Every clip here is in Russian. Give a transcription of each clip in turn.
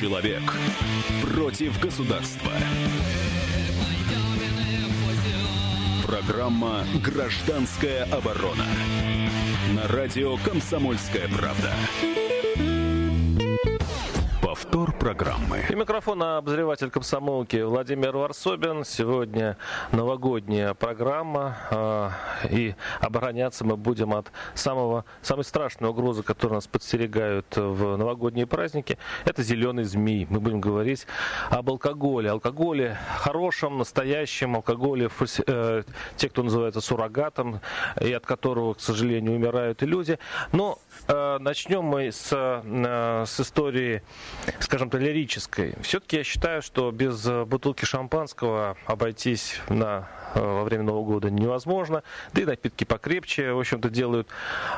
Человек против государства. Программа «Гражданская оборона» на радио «Комсомольская правда». Повтор программы. И микрофон обозреватель комсомолки Владимир Варсобин. Сегодня новогодняя программа. И обороняться мы будем от самой страшной угрозы, которая нас подстерегает в новогодние праздники. Это зеленый змей. Мы будем говорить об алкоголе. Алкоголе хорошем, настоящем. Алкоголе, те, кто называется суррогатом, и от которого, к сожалению, умирают и люди. Но начнем мы с истории, скажем так, лирической. Все-таки я считаю, что без бутылки шампанского обойтись во время Нового года невозможно. Да и напитки покрепче, в общем-то, делают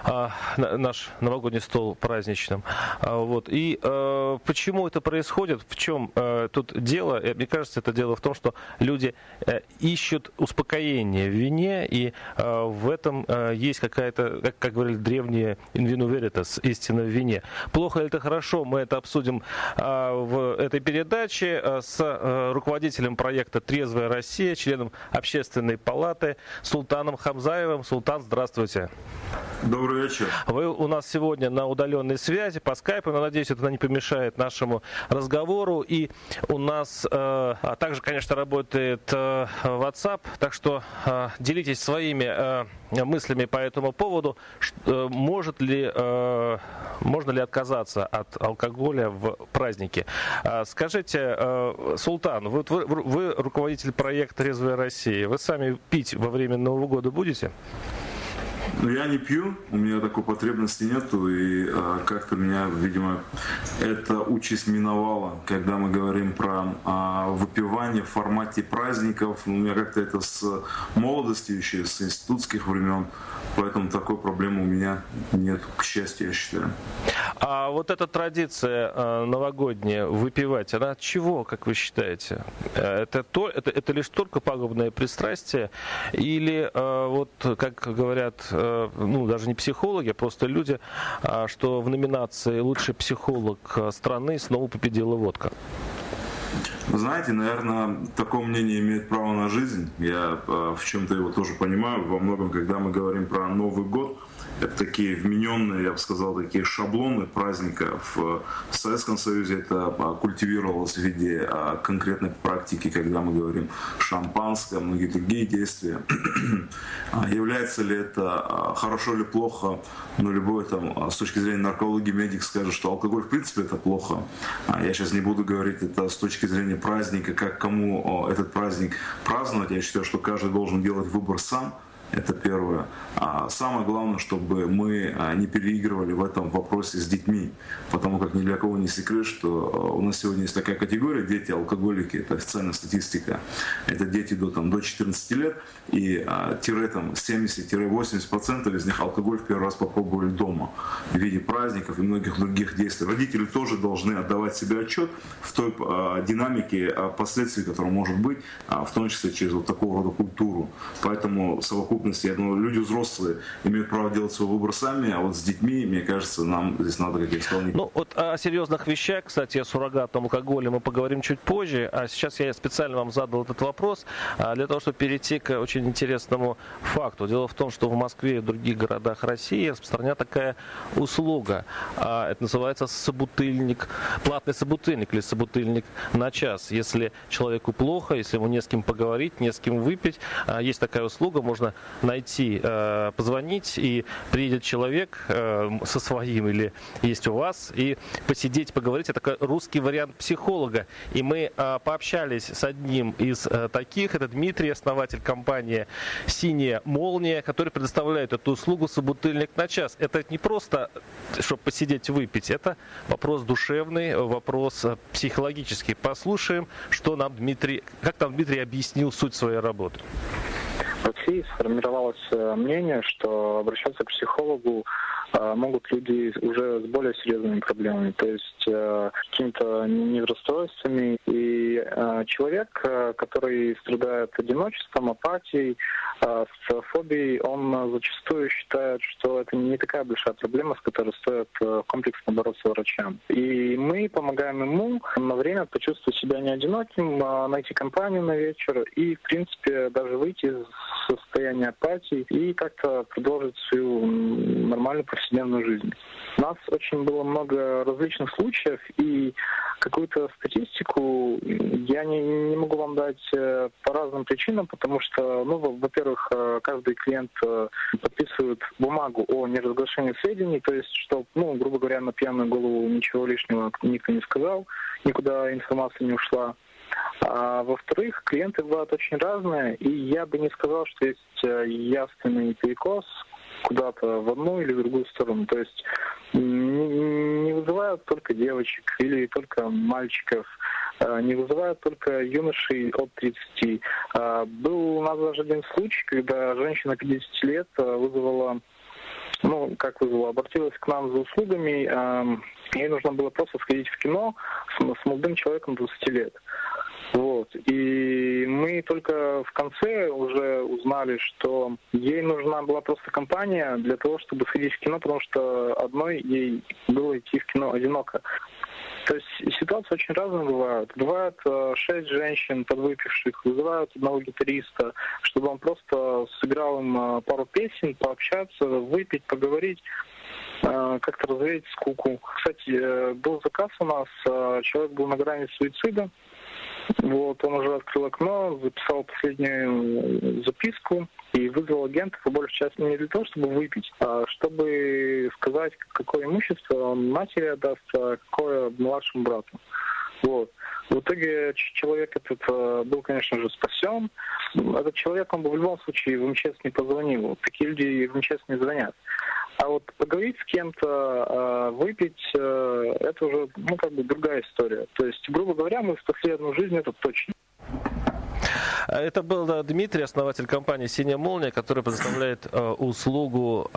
наш новогодний стол праздничным. И почему это происходит? В чем тут дело? Мне кажется, это дело в том, что люди ищут успокоение в вине, и в этом есть какая-то, как говорили древние, in vino veritas, истина в вине. Плохо или это хорошо, мы это обсудим в этой передаче с руководителем проекта «Трезвая Россия», членом Общественной палаты Султаном Хамзаевым. Султан, здравствуйте. Добрый вечер. Вы у нас сегодня на удаленной связи по скайпу, но, надеюсь, это не помешает нашему разговору. И у нас также, конечно, работает WhatsApp, так что делитесь своими мыслями по этому поводу. Можно ли отказаться от алкоголя в празднике? Скажите, Султан, вы руководитель проекта «Трезвая Россия». Вы сами пить во время Нового года будете? Я не пью, у меня такой потребности нету, и как-то меня, видимо, эта участь миновала, когда мы говорим про выпивание в формате праздников. У меня как-то это с молодости еще, с институтских времен, поэтому такой проблемы у меня нет, к счастью, я считаю. А вот эта традиция новогодняя выпивать, она от чего, как вы считаете? Это лишь только пагубное пристрастие, или вот, как говорят, даже не психологи, а просто люди, что в номинации «Лучший психолог страны» снова победила водка? Знаете, наверное, такое мнение имеет право на жизнь. Я в чем-то его тоже понимаю. Во многом, когда мы говорим про Новый год, это такие вмененные, я бы сказал, такие шаблоны праздника. В Советском Союзе это культивировалось в виде конкретной практики, когда мы говорим шампанское, многие другие действия. Является ли это хорошо или плохо? Любой с точки зрения наркологии медик скажет, что алкоголь в принципе это плохо. Я сейчас не буду говорить это с точки зрения праздника, как кому этот праздник праздновать. Я считаю, что каждый должен делать выбор сам. Это первое. Самое главное, чтобы мы не переигрывали в этом вопросе с детьми, потому как ни для кого не секрет, что у нас сегодня есть такая категория дети-алкоголики, это официальная статистика. Это дети до 14 лет, и 70-80% из них алкоголь в первый раз попробовали дома в виде праздников и многих других действий. Родители тоже должны отдавать себе отчет в той динамике последствий, которые может быть, в том числе через вот такого рода культуру. Поэтому совокупность, я думаю, люди взрослые имеют право делать свой выбор сами, а вот с детьми, мне кажется, нам здесь надо, как я сказал, не... Вот о серьезных вещах, кстати, о суррогатном алкоголе мы поговорим чуть позже, а сейчас я специально вам задал этот вопрос для того, чтобы перейти к очень интересному факту. Дело в том, что в Москве и в других городах России распространена такая услуга. Это называется собутыльник, платный собутыльник или собутыльник на час. Если человеку плохо, если ему не с кем поговорить, не с кем выпить, есть такая услуга, можно найти, позвонить, и приедет человек со своим или есть у вас, и посидеть, поговорить. Это такой русский вариант психолога. И мы пообщались с одним из таких. Это Дмитрий, основатель компании «Синяя молния», который предоставляет эту услугу «Собутыльник на час». Это не просто, чтобы посидеть выпить. Это вопрос душевный, вопрос психологический. Послушаем, как нам Дмитрий объяснил суть своей работы. в России сформировалось мнение, что обращаться к психологу могут люди уже с более серьезными проблемами, то есть какими-то неврасстройствами. И человек, который страдает одиночеством, апатией, социофобией, он зачастую считает, что это не такая большая проблема, с которой стоит комплексно бороться врачам. И мы помогаем ему на время почувствовать себя не одиноким, найти компанию на вечер и, в принципе, даже выйти из состояния апатии и как-то продолжить свою нормальную повседневную жизнь. У нас очень было много различных случаев, и какую-то статистику я не могу вам дать по разным причинам, потому что, во-первых, каждый клиент подписывает бумагу о неразглашении сведений, то есть, что, грубо говоря, на пьяную голову ничего лишнего никто не сказал, никуда информация не ушла. А во-вторых, клиенты бывают очень разные, и я бы не сказал, что есть явственный перекос куда-то в одну или в другую сторону. То есть не вызывают только девочек или только мальчиков, не вызывают только юношей от 30. Был у нас даже один случай, когда женщина 50 лет вызвала, обратилась к нам за услугами. Ей нужно было просто сходить в кино с молодым человеком 20 лет. И мы только в конце уже узнали, что ей нужна была просто компания для того, чтобы сходить в кино, потому что одной ей было идти в кино одиноко. То есть ситуации очень разные бывают. Бывает 6 женщин подвыпивших, вызывают одного гитариста, чтобы он просто сыграл им пару песен, пообщаться, выпить, поговорить, как-то развеять скуку. Кстати, был заказ у нас, человек был на грани суицида. Он уже открыл окно, записал последнюю записку и вызвал агента, по большей части, не для того, чтобы выпить, а чтобы сказать, какое имущество он матери отдаст, а какое младшему брату. В итоге человек этот был, конечно же, спасен. Этот человек, он бы в любом случае в МЧС не позвонил. Такие люди в МЧС не звонят. А поговорить с кем-то, выпить, это уже, другая история. То есть, грубо говоря, мы спасли одну жизнь, это точно. Это был Дмитрий, основатель компании «Синяя молния», который предоставляет услугу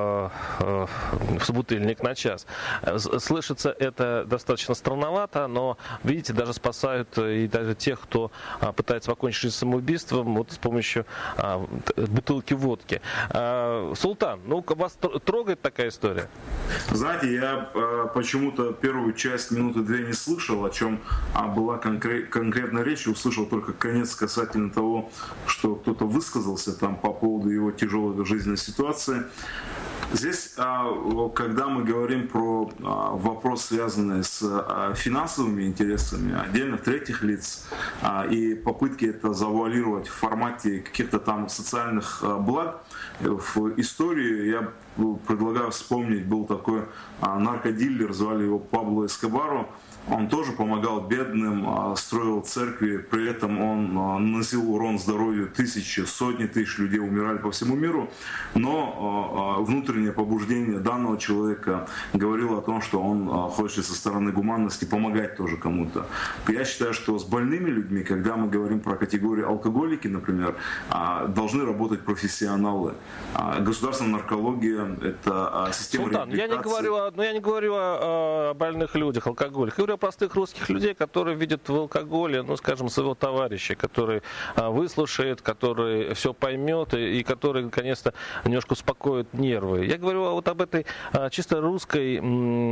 собутыльник на час. Слышится это достаточно странновато, но, видите, даже спасают и даже тех, кто пытается покончить жизнь самоубийством с помощью бутылки водки. Султан, вас трогает такая история? Знаете, я почему-то первую часть минуты 2 не слышал, о чем была конкретная речь, услышал только конец касательно того, что кто-то высказался там по поводу его тяжелой жизненной ситуации. Здесь, когда мы говорим про вопрос, связанный с финансовыми интересами отдельных третьих лиц и попытки это завуалировать в формате каких-то там социальных благ, в истории я предлагаю вспомнить, был такой наркодилер, звали его Пабло Эскобаро. Он тоже помогал бедным, строил церкви, при этом он наносил урон здоровью сотни тысяч людей умирали по всему миру, но внутреннее побуждение данного человека говорило о том, что он хочет со стороны гуманности помогать тоже кому-то. Я считаю, что с больными людьми, когда мы говорим про категорию алкоголики, например, должны работать профессионалы. Государственная наркология – это система реабилитации. Я не говорю о больных людях, алкоголиках. Я говорю о простых русских людей, которые видят в алкоголе, своего товарища, который выслушает, который все поймет и который, наконец-то, немножко успокоит нервы. Я говорю об этой чисто русской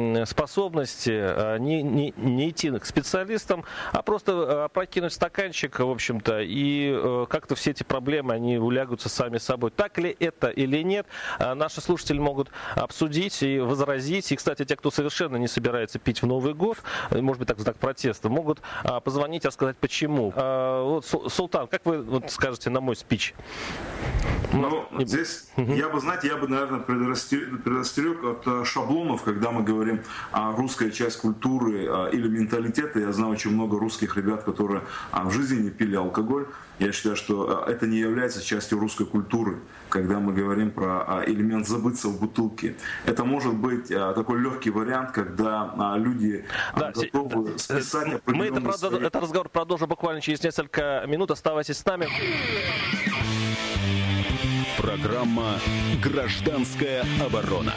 способности не идти к специалистам, а просто опрокинуть стаканчик, в общем-то, и как-то все эти проблемы, они улягутся сами собой. Так ли это или нет, наши слушатели могут обсудить и возразить. И, кстати, те, кто совершенно не собирается пить в Новый год, может быть, так в знак протеста, могут позвонить и рассказать, почему. Султан, как вы скажете на мой спич? Здесь я бы, наверное, предостерег от шаблонов, когда мы говорим о русской части культуры или менталитета. Я знаю очень много русских ребят, которые в жизни не пили алкоголь. Я считаю, что это не является частью русской культуры, когда мы говорим про элемент забыться в бутылке. Это может быть такой легкий вариант, когда люди готовы списать определенные... Мы этот разговор продолжим буквально через несколько минут. Оставайтесь с нами. Программа «Гражданская оборона».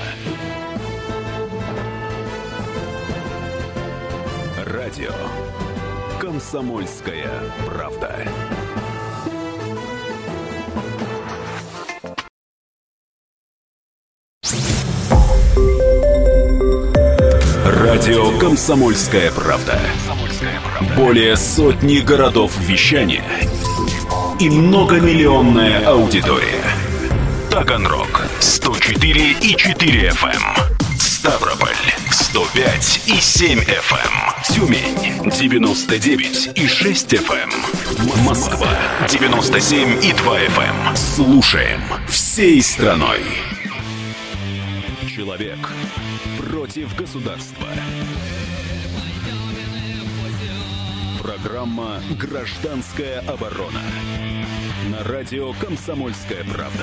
Радио «Комсомольская правда». Радио «Комсомольская правда». Более сотни городов вещания и многомиллионная аудитория. Таганрог 104,4 FM. Ставрополь 105,7 FM. Тюмень 99,6 FM. Москва 97,2 FM. Слушаем всей страной. Человек против государства. Программа «Гражданская оборона». На радио «Комсомольская правда».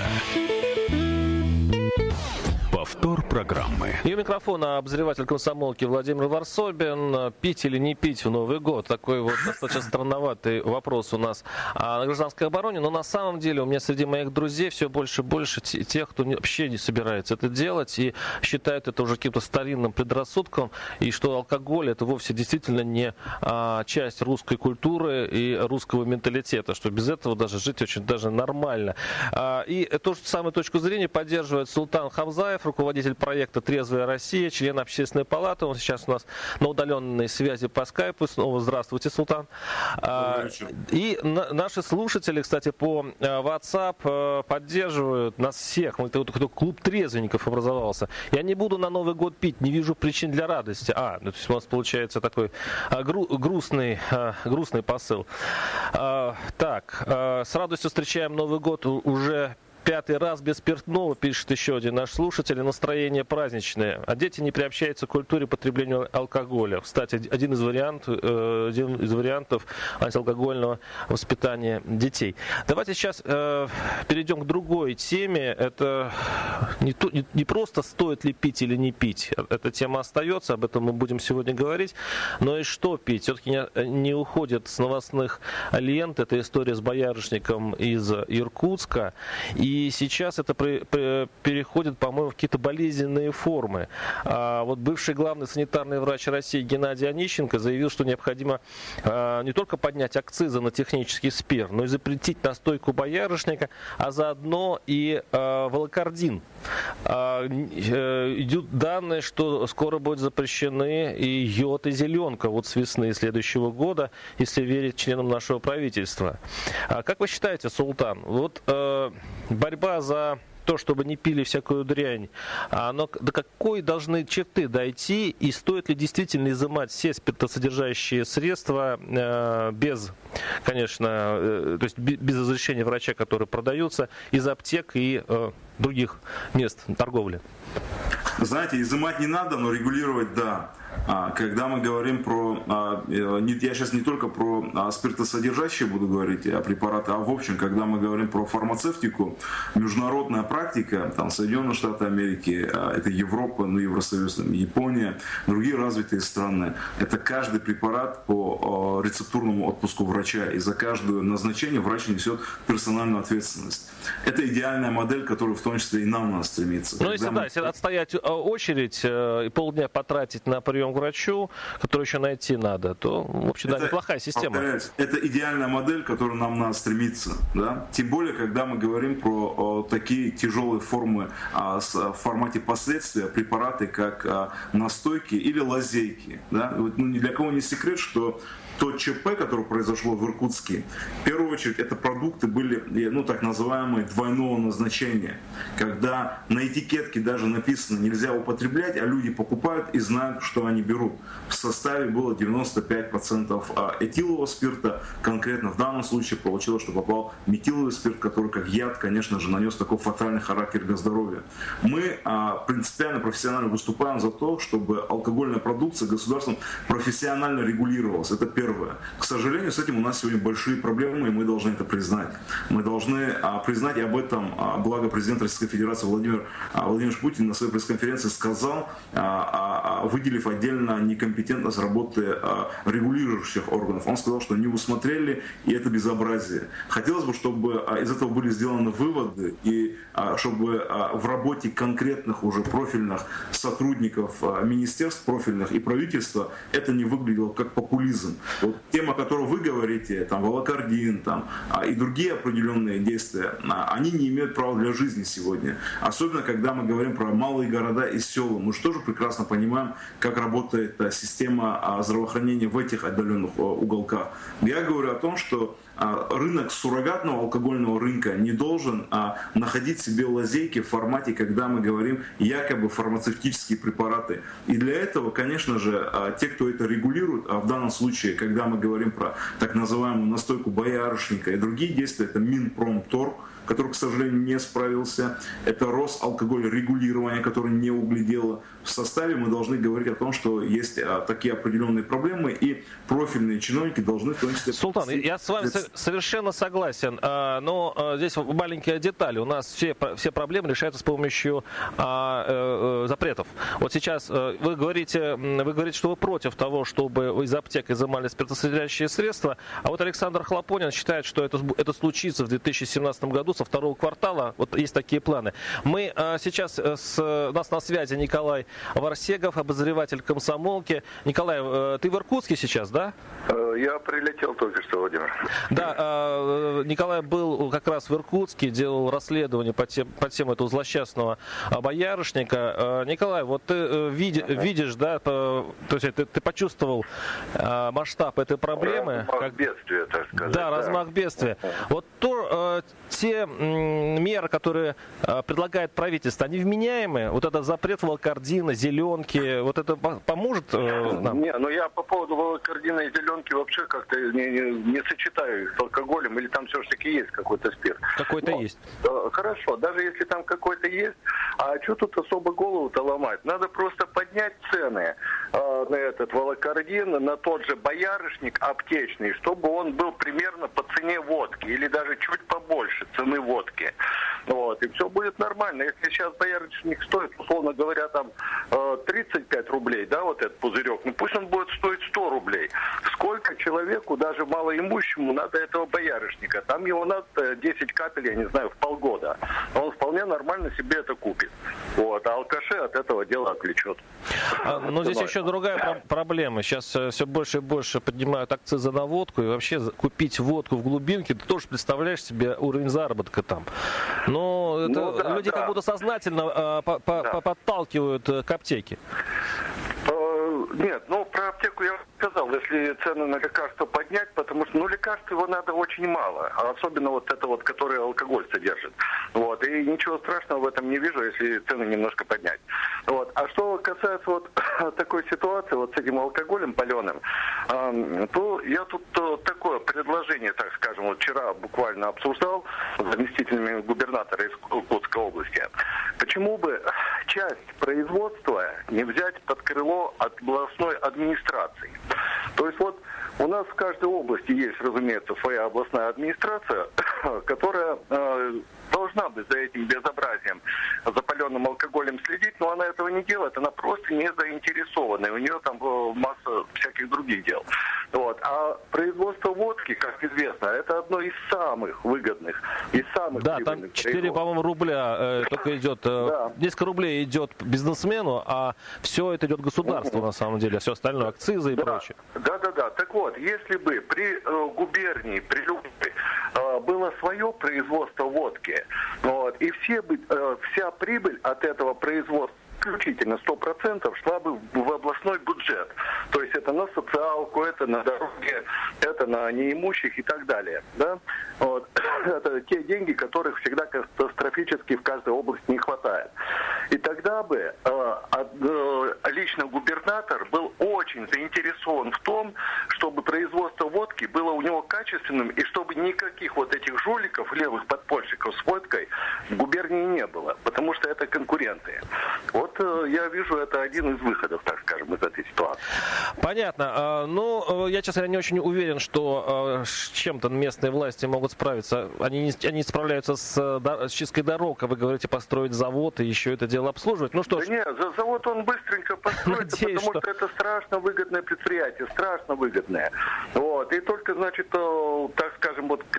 Повтор программы. И у микрофона обозреватель комсомолки Владимир Варсобин. Пить или не пить в Новый год? Такой вот достаточно странноватый вопрос у нас на гражданской обороне. Но на самом деле у меня среди моих друзей все больше и больше тех, кто вообще не собирается это делать и считают это уже каким-то старинным предрассудком. И что алкоголь это вовсе действительно не часть русской культуры и русского менталитета. Что без этого даже жить очень даже нормально. И эту же самую точку зрения поддерживает Султан Хамзаев, руководитель проекта «Трезвая Россия», член Общественной палаты. Он сейчас у нас на удаленной связи по скайпу. Снова здравствуйте, Султан. И наши слушатели, кстати, по WhatsApp поддерживают нас всех. Такой клуб трезвенников образовался. Я не буду на Новый год пить, не вижу причин для радости. То есть у нас получается такой грустный посыл. Так, с радостью встречаем Новый год уже 5-й раз без спиртного, пишет еще один наш слушатель. Настроение праздничное. А дети не приобщаются к культуре потребления алкоголя. Кстати, один из вариантов антиалкогольного воспитания детей. Давайте сейчас перейдем к другой теме. Это не просто стоит ли пить или не пить. Эта тема остается, об этом мы будем сегодня говорить. Но и что пить? Все-таки не уходит с новостных лент. Это история с боярышником из Иркутска. И сейчас это переходит, по-моему, в какие-то болезненные формы. Вот бывший главный санитарный врач России Геннадий Онищенко заявил, что необходимо не только поднять акцизы на технический спирт, но и запретить настойку боярышника, а заодно и волокордин. Идут данные, что скоро будут запрещены и йод, и зеленка вот с весны следующего года, если верить членам нашего правительства. Как вы считаете, Султан, вот борьба за то, чтобы не пили всякую дрянь, но до какой должны черты дойти, и стоит ли действительно изымать все спиртосодержащие средства без, конечно, то есть без разрешения врача, которые продаются из аптек и других мест торговли? Знаете, изымать не надо, но регулировать да. Когда мы говорим про, я сейчас не только про спиртосодержащие буду говорить, препараты, а в общем, когда мы говорим про фармацевтику, международная практика, там Соединенные Штаты Америки, это Европа, Евросоюз, Япония, другие развитые страны, это каждый препарат по рецептурному отпуску врача, и за каждое назначение врач несет персональную ответственность. Это идеальная модель, которую в том числе и нам надо стремиться. Ну, если отстоять очередь и полдня потратить на прием к врачу, который еще найти надо, то, в общем, да, неплохая система. Повторяюсь, это идеальная модель, к которой нам надо стремиться. Да? Тем более, когда мы говорим про такие тяжелые формы в формате последствия, препараты, как настойки или лазейки. Да? Ни для кого не секрет, что то ЧП, которое произошло в Иркутске, в первую очередь это продукты были, так называемые двойного назначения, когда на этикетке даже написано нельзя употреблять, а люди покупают и знают, что они берут. В составе было 95% этилового спирта, конкретно в данном случае получилось, что попал метиловый спирт, который как яд, конечно же, нанес такой фатальный характер для здоровья. Мы принципиально, профессионально выступаем за то, чтобы алкогольная продукция государством профессионально регулировалась. Это первое. К сожалению, с этим у нас сегодня большие проблемы, и мы должны это признать. Мы должны признать, и об этом, благо президент Российской Федерации Владимир Владимирович Путин на своей пресс-конференции сказал, выделив отдельно некомпетентность работы регулирующих органов. Он сказал, что не усмотрели, и это безобразие. Хотелось бы, чтобы из этого были сделаны выводы, и чтобы в работе конкретных уже профильных сотрудников министерств профильных и правительства это не выглядело как популизм. Вот тема, о которой вы говорите, там, волокордин, там, и другие определенные действия, они не имеют права для жизни сегодня. Особенно, когда мы говорим про малые города и села. Мы же тоже прекрасно понимаем, как работает система здравоохранения в этих отдаленных уголках. Я говорю о том, что рынок суррогатного алкогольного рынка не должен находить себе лазейки в формате, когда мы говорим якобы фармацевтические препараты. И для этого, конечно же, те, кто это регулирует, а в данном случае, когда мы говорим про так называемую настойку боярышника и другие действия, это Минпромторг, который, к сожалению, не справился. Это Росалкогольрегулирование, которое не углядело. В составе мы должны говорить о том, что есть такие определенные проблемы, и профильные чиновники должны в том числе... Султан, я с вами совершенно согласен, но здесь маленькая деталь. У нас все проблемы решаются с помощью запретов. Вот сейчас вы говорите, что вы против того, чтобы из аптек изымали спиртосодержащие средства, а вот Александр Хлопонин считает, что это случится в 2017 году, со второго квартала. Вот есть такие планы. Мы сейчас, у нас на связи Николай Варсегов, обозреватель «Комсомолки». Николай, ты в Иркутске сейчас, да? Я прилетел только что, Владимир. Да, Николай был как раз в Иркутске, делал расследование по тему этого злосчастного боярышника. Николай, вот ты видишь, да, то есть ты почувствовал масштаб этой проблемы? Размах бедствия, так сказать. Да, размах бедствия. Вот те меры, которые предлагает правительство, они вменяемые? Вот этот запрет волокордина, зеленки, вот это поможет нам? Не, ну я по поводу волокордина и зеленки вообще как-то не сочетаю их с алкоголем, или там все-таки есть какой-то спирт. Какой-то есть. Хорошо, даже если там какой-то есть, а что тут особо голову-то ломать? Надо просто поднять цены на этот волокордин, на тот же боярышник аптечный, чтобы он был примерно по цене водки, или даже чуть побольше цены водки. Вот, и все будет нормально. Если сейчас боярышник стоит, условно говоря, там 35 рублей, да, вот этот пузырек, ну пусть он будет стоить 100 рублей. Сколько человеку, даже малоимущему, надо этого боярышника? Там его надо 10 капель, я не знаю, в полгода. Он вполне нормально себе это купит. Вот, а алкаши от этого дела отвлечет. Но здесь еще другая проблема. Сейчас все больше и больше поднимают акцизы на водку, и вообще купить водку в глубинке, ты тоже представляешь себе уровень заработка там. Но люди как будто сознательно подталкивают к аптеке. Нет, ну про аптеку я сказал, если цены на лекарства поднять, потому что лекарств его надо очень мало, особенно вот это вот, которое алкоголь содержит. Вот, и ничего страшного в этом не вижу, если цены немножко поднять. Вот. А что касается вот такой ситуации, вот с этим алкоголем паленым, то я тут такое предложение, так скажем, вот вчера буквально обсуждал с заместителями губернатора из Иркутской области. Почему бы часть производства не взять под крыло областной администрации? То есть вот у нас в каждой области есть, разумеется, своя областная администрация, которая должна быть за этим безобразием, за паленым алкоголем следить, но она этого не делает, она просто не заинтересована, и у нее там масса всяких других дел. Вот. А производство водки, как известно, это одно из самых выгодных, из самых прибыльных. Да, там 4, по-моему, рубля только идет, несколько рублей идет бизнесмену, а все это идет государству на самом деле, все остальное акцизы и прочее. Да. Так вот, если бы при губернии, при любой было свое производство водки, вот, и вся прибыль от этого производства исключительно 100% шла бы в областной бюджет. То есть это на социалку, это на дороги, это на неимущих и так далее. Да? Вот. Это те деньги, которых всегда катастрофически в каждой области не хватает. И тогда бы лично губернатор был очень заинтересован в том, чтобы производство водки было у него качественным, и чтобы никаких вот этих жуликов, левых подпольщиков с водкой в губернии не было, потому что это конкуренты. Вот я вижу, это один из выходов, так скажем, из этой ситуации. Понятно. Понятно. Ну, я, честно говоря, не очень уверен, что с чем-то местные власти могут справиться. Они справляются с чисткой дорог, а вы говорите построить завод и еще это дело обслуживать. Ну что ж. Да нет, завод он быстренько построится, Надеюсь, потому что это страшно выгодное предприятие, страшно выгодное. Вот. И только, значит, так скажем, вот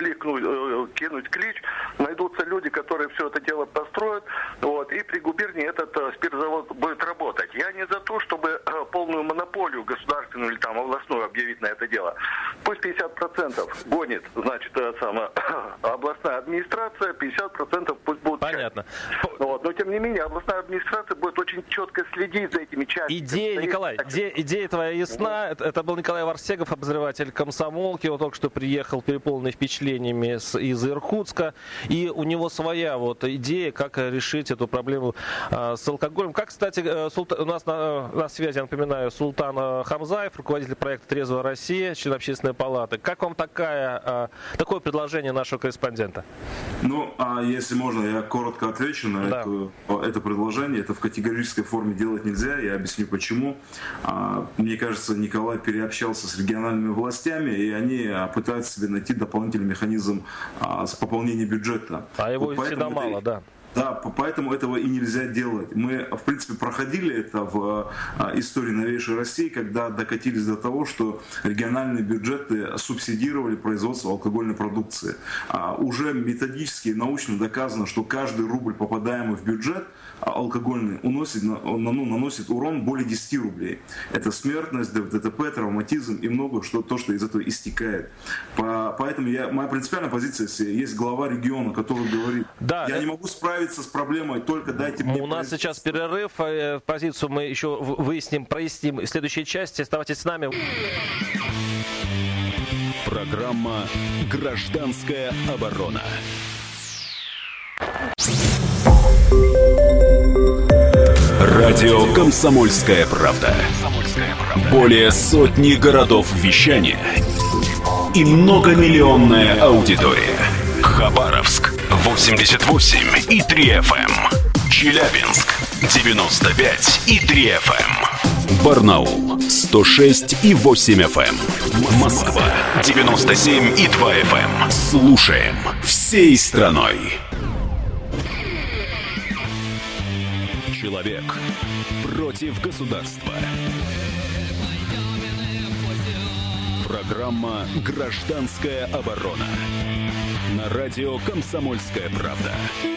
кинуть клич, найдутся люди, которые все это дело построят, вот, и при губернии этот спиртзавод будет работать. Я не за то, чтобы полную монополию государственную или там областную объявить на это дело. Пусть 50% гонит, значит, областная администрация, 50% пусть будут часть. Понятно. Вот. Но, тем не менее, областная администрация будет очень четко следить за этими частями. Идея, Николай, идея твоя ясна. Это был Николай Варсегов, обозреватель «Комсомолки». Он только что приехал, переполненный впечатлениями из Иркутска. И у него своя вот идея, как решить эту проблему с алкоголем. Как, кстати, у нас на связи, я напоминаю, Султан Хамзаев, руководитель проекта «Трезвая Россия», член Общественной палаты. Как вам такое предложение нашего корреспондента? Ну, если можно, я коротко отвечу на это предложение. Это в категорической форме делать нельзя. Я объясню почему. Мне кажется, Николай переобщался с региональными властями, и они пытаются себе найти дополнительный механизм пополнения бюджета. А его всегда мало, да. Да, поэтому этого и нельзя делать. Мы, в принципе, проходили это в истории новейшей России, когда докатились до того, что региональные бюджеты субсидировали производство алкогольной продукции. Уже методически и научно доказано, что каждый рубль, попадаемый в бюджет алкогольный, наносит урон более 10 рублей. Это смертность, ДТП, травматизм и много что из этого истекает. Поэтому моя принципиальная позиция, если есть глава региона, который говорит, я не могу справиться с проблемой, только дайте мне... У нас сейчас перерыв, позицию мы еще проясним в следующей части. Оставайтесь с нами. Программа «Гражданская оборона». Радио «Комсомольская правда». Более сотни городов вещания и многомиллионная аудитория. Хабаровск 88,3 FM. Челябинск 95,3 FM. Барнаул 106,8 FM. Москва 97,2 FM. Слушаем всей страной. Человек против государства. Программа «Гражданская оборона». На радио «Комсомольская правда».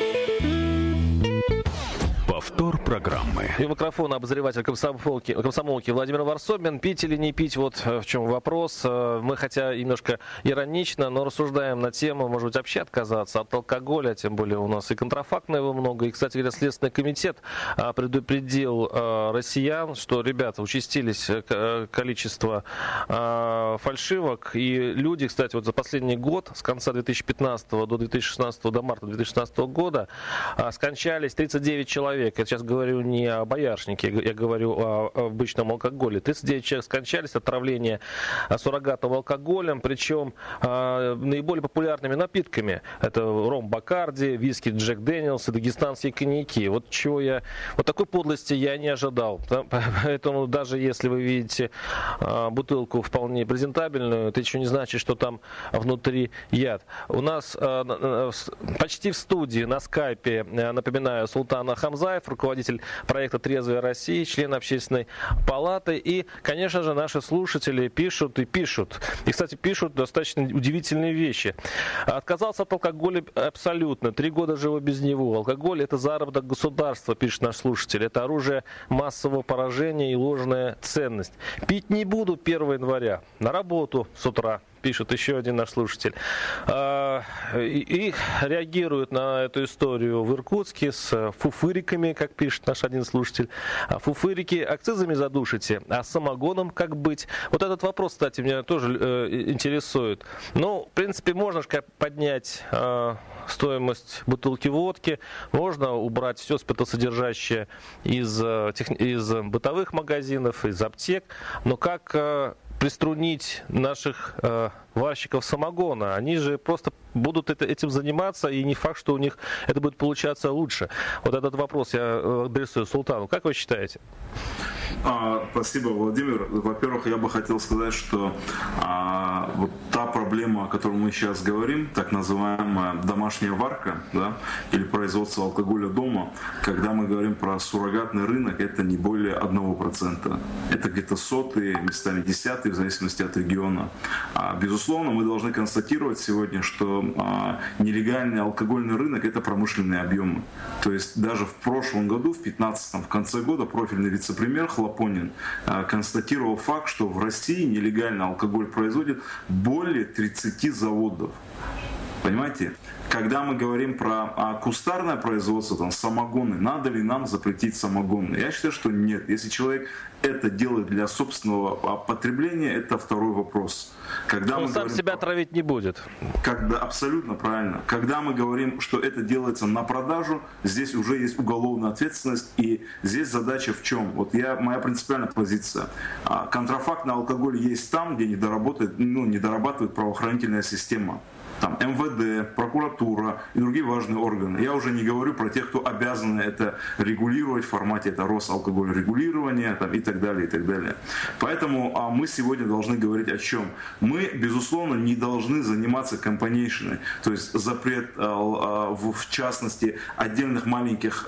Повтор программы. И микрофон обозреватель комсомолки Владимир Варсобин. Пить или не пить, вот в чем вопрос. Мы, хотя немножко иронично, но рассуждаем на тему, может быть, вообще отказаться от алкоголя, тем более у нас и контрафактного его много. И, кстати говоря, Следственный комитет предупредил россиян, что, ребята, участились количество фальшивок. И люди, кстати, вот за последний год, с конца 2015 до марта 2016 года, скончались 39 человек. Я сейчас говорю не о боярышнике, я говорю о обычном алкоголе. 39 человек скончались от отравления суррогатным алкоголем, причем наиболее популярными напитками. Это ром Бакарди, виски Джек Дэниелс и дагестанские коньяки. Вот такой подлости я не ожидал. Поэтому даже если вы видите бутылку вполне презентабельную, это еще не значит, что там внутри яд. У нас почти в студии на скайпе, напоминаю, Султан Хамзаев, руководитель проекта «Трезвая Россия», член Общественной палаты. И, конечно же, наши слушатели пишут и пишут. И, кстати, пишут достаточно удивительные вещи. Отказался от алкоголя абсолютно. 3 года живу без него. Алкоголь – это заработок государства, пишет наш слушатель. Это оружие массового поражения и ложная ценность. Пить не буду 1 января. На работу с утра. Пишет еще один наш слушатель. И реагируют на эту историю в Иркутске с фуфыриками, как пишет наш один слушатель. Фуфырики акцизами задушите, а самогоном как быть? Вот этот вопрос, кстати, меня тоже интересует. Ну, в принципе, можно поднять стоимость бутылки водки, можно убрать все спиртосодержащее из бытовых магазинов, из аптек, но как приструнить наших варщиков самогона. Они же просто будут этим заниматься, и не факт, что у них это будет получаться лучше. Вот этот вопрос я адресую Султану. Как вы считаете? Спасибо, Владимир. Во-первых, я бы хотел сказать, что вот та проблема, о которой мы сейчас говорим, так называемая домашняя варка, да, или производство алкоголя дома, когда мы говорим про суррогатный рынок, это не более 1%. Это где-то сотые, местами десятые, в зависимости от региона. Безусловно, мы должны констатировать сегодня, что нелегальный алкогольный рынок – это промышленные объемы. То есть даже в прошлом году, в 2015, в конце года, профильный вице-премьер Хлопонин констатировал факт, что в России нелегальный алкоголь производит более 30 заводов. Понимаете? Когда мы говорим про кустарное производство, там, самогоны, надо ли нам запретить самогоны? Я считаю, что нет. Если человек это делает для собственного потребления, это второй вопрос. Когда он сам себя травить не будет. Абсолютно правильно. Когда мы говорим, что это делается на продажу, здесь уже есть уголовная ответственность. И здесь задача в чем? Вот моя принципиальная позиция. Контрафактный алкоголь есть там, где не дорабатывает правоохранительная система. Там МВД, прокуратура и другие важные органы. Я уже не говорю про тех, кто обязаны это регулировать в формате это Росалкогольрегулирования там, и так далее, и так далее. Поэтому мы сегодня должны говорить о чем? Мы, безусловно, не должны заниматься компанейшиной, то есть запрет, в частности, отдельных маленьких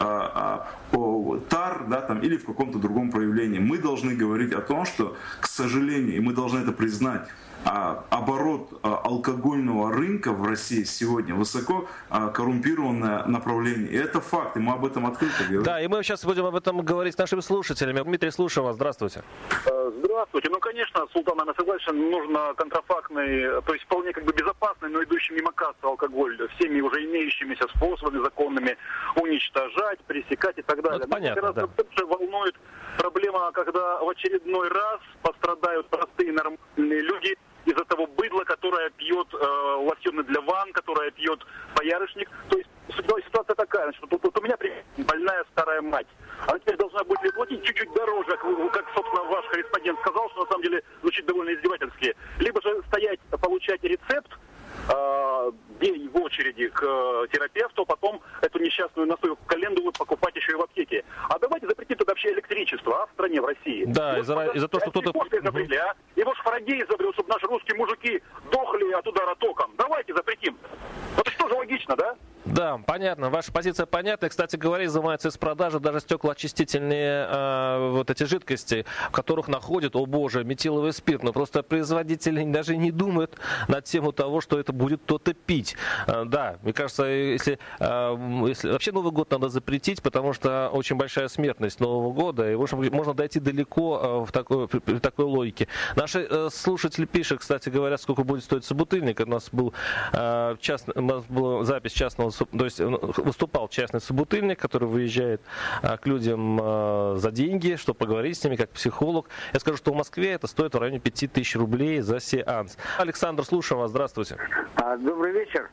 тар, да, там, или в каком-то другом проявлении. Мы должны говорить о том, что, к сожалению, и мы должны это признать, оборот алкогольного рынка в России сегодня высоко коррумпированное направление. И это факт, и мы об этом открыто говорим. Да, и мы сейчас будем об этом говорить с нашими слушателями. Дмитрий, слушаю вас. Здравствуйте. Здравствуйте. Ну, конечно, Султан, я согласен, нужно контрафактный, то есть вполне как бы безопасный, но идущий мимо кассы алкоголь всеми уже имеющимися способами законными уничтожать, пресекать и так далее. Ну, понятно, да. Меня больше волнует проблема, когда в очередной раз пострадают простые нормальные люди из-за того быдла, которое пьет лосьоны для ванн, которое пьет боярышник. То есть ситуация такая, что тут у меня больная старая мать. Она теперь должна будет платить чуть-чуть дороже, как, собственно, ваш корреспондент сказал, что на самом деле звучит довольно издевательски. Либо же стоять, получать рецепт, день в очереди к терапевту, потом эту несчастную настойку календулу покупать еще и в аптеке. А давайте запретим тогда вообще электричество, в стране, в России. Да, из-за того, что кто-то... Его ж Фарадей изобрел, чтобы наши русские мужики дохли от удара током. Давайте запретим. Это что же логично, да? Да, понятно. Ваша позиция понятна. Кстати говоря, изымаются из продажи даже стеклоочистительные вот эти жидкости, в которых находят, о боже, метиловый спирт. Но просто производители даже не думают на тему того, что это будет кто-то пить. Да, мне кажется, если вообще Новый год надо запретить, потому что очень большая смертность Нового года, и можно дойти далеко в такой логике. Наши слушатели пишут, кстати говоря, сколько будет стоить собутыльник. У нас была запись частного, то есть выступал частный собутыльник, который выезжает к людям за деньги, чтобы поговорить с ними как психолог. Я скажу, что в Москве это стоит в районе 5000 рублей за сеанс. Александр, слушаю вас. Здравствуйте. Добрый вечер.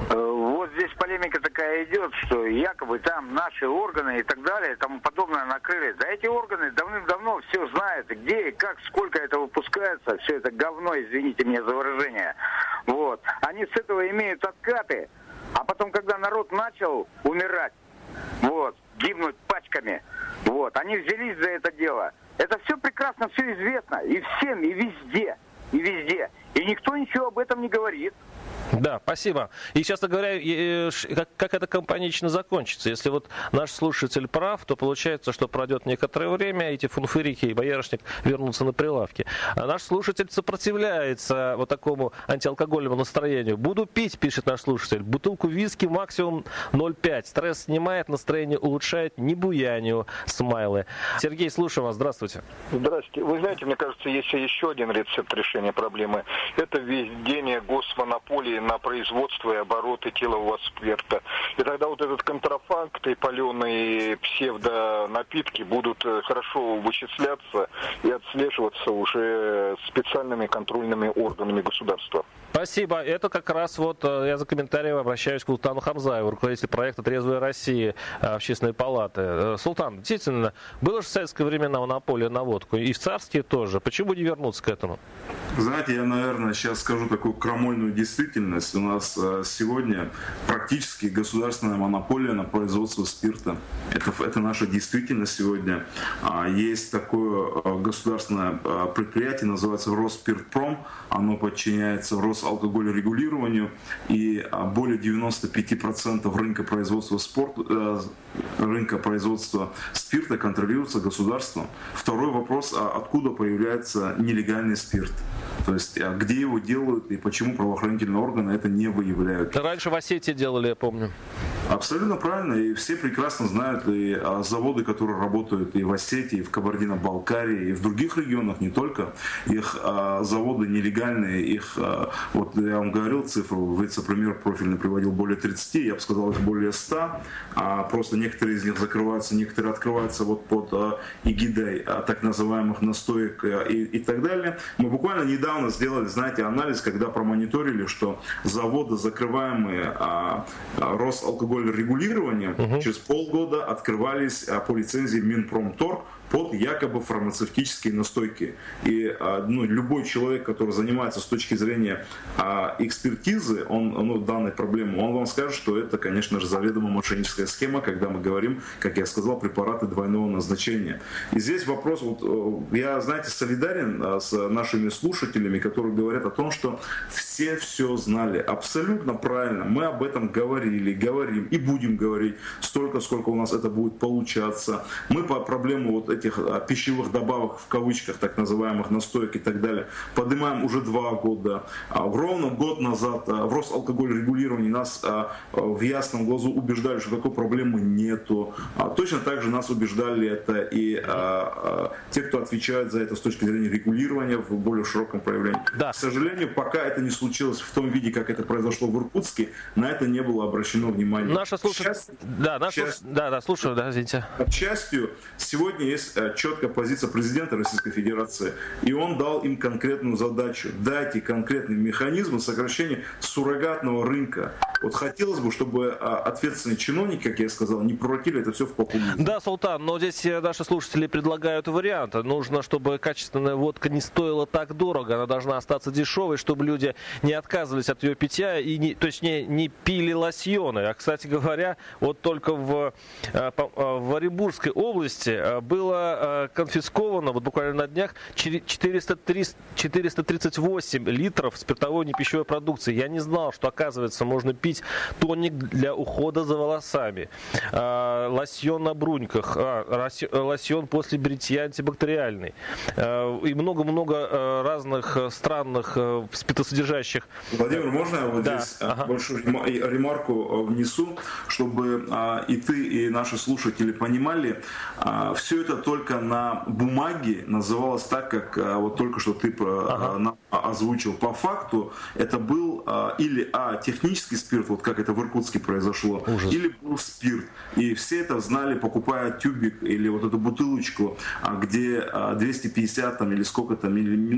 Вот здесь полемика такая идет, что якобы там наши органы и так далее, и тому подобное накрыли. Да эти органы давным-давно все знают, где и как, сколько это выпускается, все это говно, извините меня за выражение. Вот. Они с этого имеют откаты. А потом, когда народ начал умирать, вот, гибнуть пачками, вот, они взялись за это дело. Это все прекрасно, все известно. И всем, и везде, и везде. И никто ничего об этом не говорит. Да, спасибо. И, честно говоря, как это компанично закончится? Если вот наш слушатель прав, то получается, что пройдет некоторое время, эти фунфырики и боярышник вернутся на прилавки. А наш слушатель сопротивляется вот такому антиалкогольному настроению. Буду пить, пишет наш слушатель. Бутылку виски максимум 0,5. Стресс снимает, настроение улучшает, не буянию. Смайлы. Сергей, слушаю вас. Здравствуйте. Здравствуйте. Вы знаете, мне кажется, есть еще один рецепт решения проблемы. Это введение госмонополии на производство и оборот этилового спирта. И тогда вот этот контрафакт и паленые псевдонапитки будут хорошо вычисляться и отслеживаться уже специальными контрольными органами государства. Спасибо. Это как раз вот я за комментарием обращаюсь к Султану Хамзаеву, руководителю проекта «Трезвая Россия» Общественной палаты. Султан, действительно, было же в советское времена монополия на водку, и в царские тоже. Почему не вернуться к этому? Знаете, я, наверное, наверное, сейчас скажу такую крамольную действительность. У нас сегодня практически государственная монополия на производство спирта. Это наша действительность сегодня. Есть такое государственное предприятие, называется Росспиртпром. Оно подчиняется Росалкогольрегулированию. И более 95% рынка производства спирта контролируется государством. Второй вопрос, откуда появляется нелегальный спирт? То есть, где его делают и почему правоохранительные органы это не выявляют? Раньше в Осетии делали, я помню. Абсолютно правильно. И все прекрасно знают и заводы, которые работают и в Осетии, и в Кабардино-Балкарии, и в других регионах, не только. Их заводы нелегальные, их, вот я вам говорил цифру, вице-премьер профильный приводил более 30, я бы сказал, их более 100. Просто некоторые из них закрываются, некоторые открываются вот под эгидой так называемых настоек и так далее. Мы буквально недавно сделали, знаете, анализ, когда промониторили, что заводы, закрываемые Росалкогольрегулированием, через полгода открывались по лицензии Минпромторг под якобы фармацевтические настойки. И любой человек, который занимается с точки зрения экспертизы данной проблемы, он вам скажет, что это, конечно же, заведомо мошенническая схема, когда мы говорим, как я сказал, препараты двойного назначения. И здесь вопрос, я, знаете, солидарен с нашими слушателями, которые говорят о том, что все знали. Абсолютно правильно. Мы об этом говорим и будем говорить столько, сколько у нас это будет получаться. Мы по проблему вот этих пищевых добавок, в кавычках, так называемых настоек и так далее, поднимаем уже 2 года. Ровно год назад в Росалкогольрегулировании нас в ясном глазу убеждали, что такой проблемы нету. Точно так же нас убеждали это и те, кто отвечает за это с точки зрения регулирования в более широком проявлении. Да. К сожалению, пока это не случилось в том виде, как это произошло в Иркутске, на это не было обращено внимание. Наша слушатель... слушаю, извините. К счастью, сегодня есть четкая позиция президента Российской Федерации, и он дал им конкретную задачу. Дайте конкретный механизм сокращения суррогатного рынка. Вот хотелось бы, чтобы ответственные чиновники, как я сказал, не превратили это все в популизм. Да, Султан, но здесь наши слушатели предлагают вариант. Нужно, чтобы качественная водка не стоила так дорого, она должна остаться дешевой, чтобы люди не отказывались от ее питья и не пили лосьоны. А, кстати говоря, вот только в Оренбургской области было конфисковано, вот буквально на днях, 438 литров спиртовой непищевой продукции. Я не знал, что, оказывается, можно пить тоник для ухода за волосами, лосьон на бруньках, лосьон после бритья антибактериальный и много-много разных странных спиртосодержащих. Владимир, можно я здесь большую ремарку внесу, чтобы и ты, и наши слушатели понимали, все это только на бумаге называлось так, как вот только что ты озвучил. По факту это был или технический спирт, вот как это в Иркутске произошло, или был спирт. И все это знали, покупая тюбик или вот эту бутылочку, где 250 или сколько-то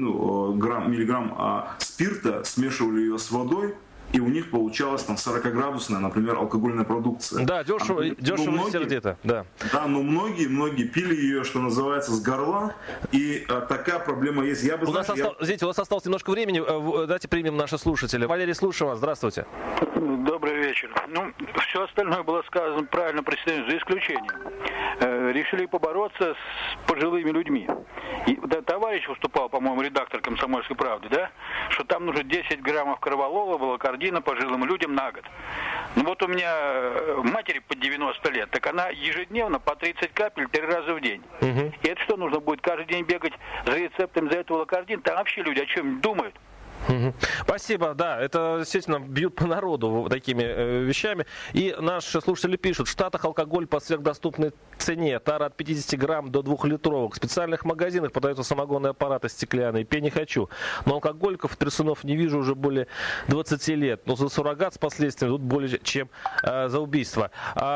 миллиграмм спирта, смешивали ее с водой, и у них получалась там 40-градусная, например, алкогольная продукция. Да, дешево и сердито. Да, но многие пили ее, что называется, с горла, и такая проблема есть. У нас осталось немножко времени, давайте примем наши слушатели. Валерий, слушаю вас, здравствуйте. Добрый вечер. Все остальное было сказано правильно, за исключением. Решили побороться с пожилыми людьми. И товарищ выступал, по-моему, редактор «Комсомольской правды», да, что там нужно 10 граммов корвалола, волокордина пожилым людям на год. Вот у меня матери под 90 лет, так она ежедневно по 30 капель 3 раза в день. И это что, нужно будет каждый день бегать за рецептом за эту волокордин? Там вообще люди о чем думают? Спасибо, да, это действительно бьют по народу такими вещами. И наши слушатели пишут: в Штатах алкоголь по сверхдоступной цене, тара от 50 грамм до 2-литровых. В специальных магазинах продаются самогонные аппараты стеклянные, пей не хочу. Но алкоголиков, трясунов не вижу уже более 20 лет. Но за суррогат с последствиями тут более чем за убийство.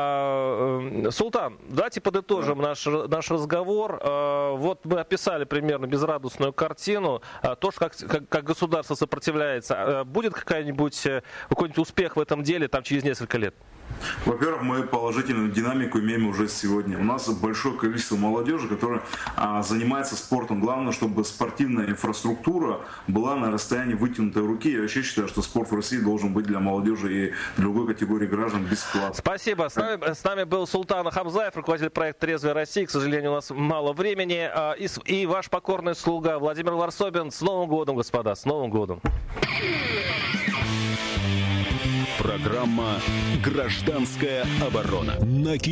Султан, давайте подытожим наш разговор. Вот мы описали примерно безрадостную картину. То, что как государство сопротивляется. Будет какой-нибудь успех в этом деле там через несколько лет? Во-первых, мы положительную динамику имеем уже сегодня. У нас большое количество молодежи, которая занимается спортом. Главное, чтобы спортивная инфраструктура была на расстоянии вытянутой руки. Я вообще считаю, что спорт в России должен быть для молодежи и другой категории граждан бесплатным. Спасибо. С нами был Султан Хамзаев, руководитель проекта «Трезвая Россия». К сожалению, у нас мало времени. И ваш покорный слуга Владимир Варсобин. С Новым годом, господа, с Новым годом. Программа «Гражданская оборона».